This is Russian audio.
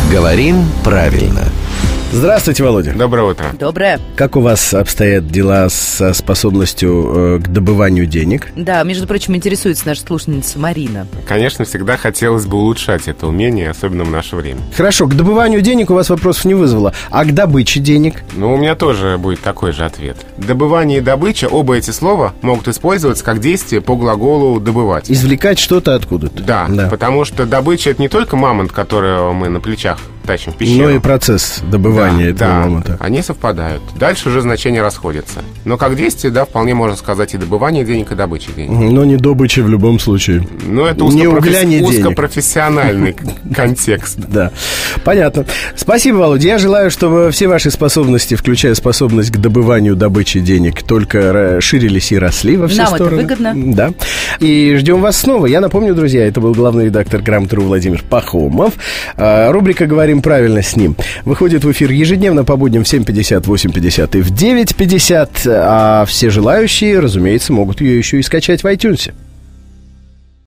Говорим правильно. Здравствуйте, Володя. Доброе утро. Доброе. Как у вас обстоят дела со способностью к добыванию денег? Да, между прочим, интересуется наша слушательница Марина. Конечно, всегда хотелось бы улучшать это умение, особенно в наше время. Хорошо, к добыванию денег у вас вопросов не вызвало. А к добыче денег? Ну, у меня тоже будет такой же ответ. Добывание и добыча, оба эти слова могут использоваться как действие по глаголу «добывать». Извлекать что-то откуда-то. Да, потому что добыча — это не только мамонт, которого мы на плечах тащим в пещеру. Но и процесс добывания этого мамонта. Они совпадают. Дальше уже значения расходятся. Но как действие, да, вполне можно сказать и добывание денег, и добыча денег. Но не добыча в любом случае. Но это узкопрофессиональный контекст. Да, понятно. Спасибо, Володя. Я желаю, чтобы все ваши способности, включая способность к добыванию, добыче денег, только расширились и росли во все стороны. Нам это выгодно. Да. И ждем вас снова. Я напомню, друзья, это был главный редактор Грамоты.ру Владимир Пахомов. Рубрика «Говорим правильно» с ним выходит в эфир ежедневно по будням в 7:50, 8:50 и в 9:50. А все желающие, разумеется, могут ее еще и скачать в iTunes.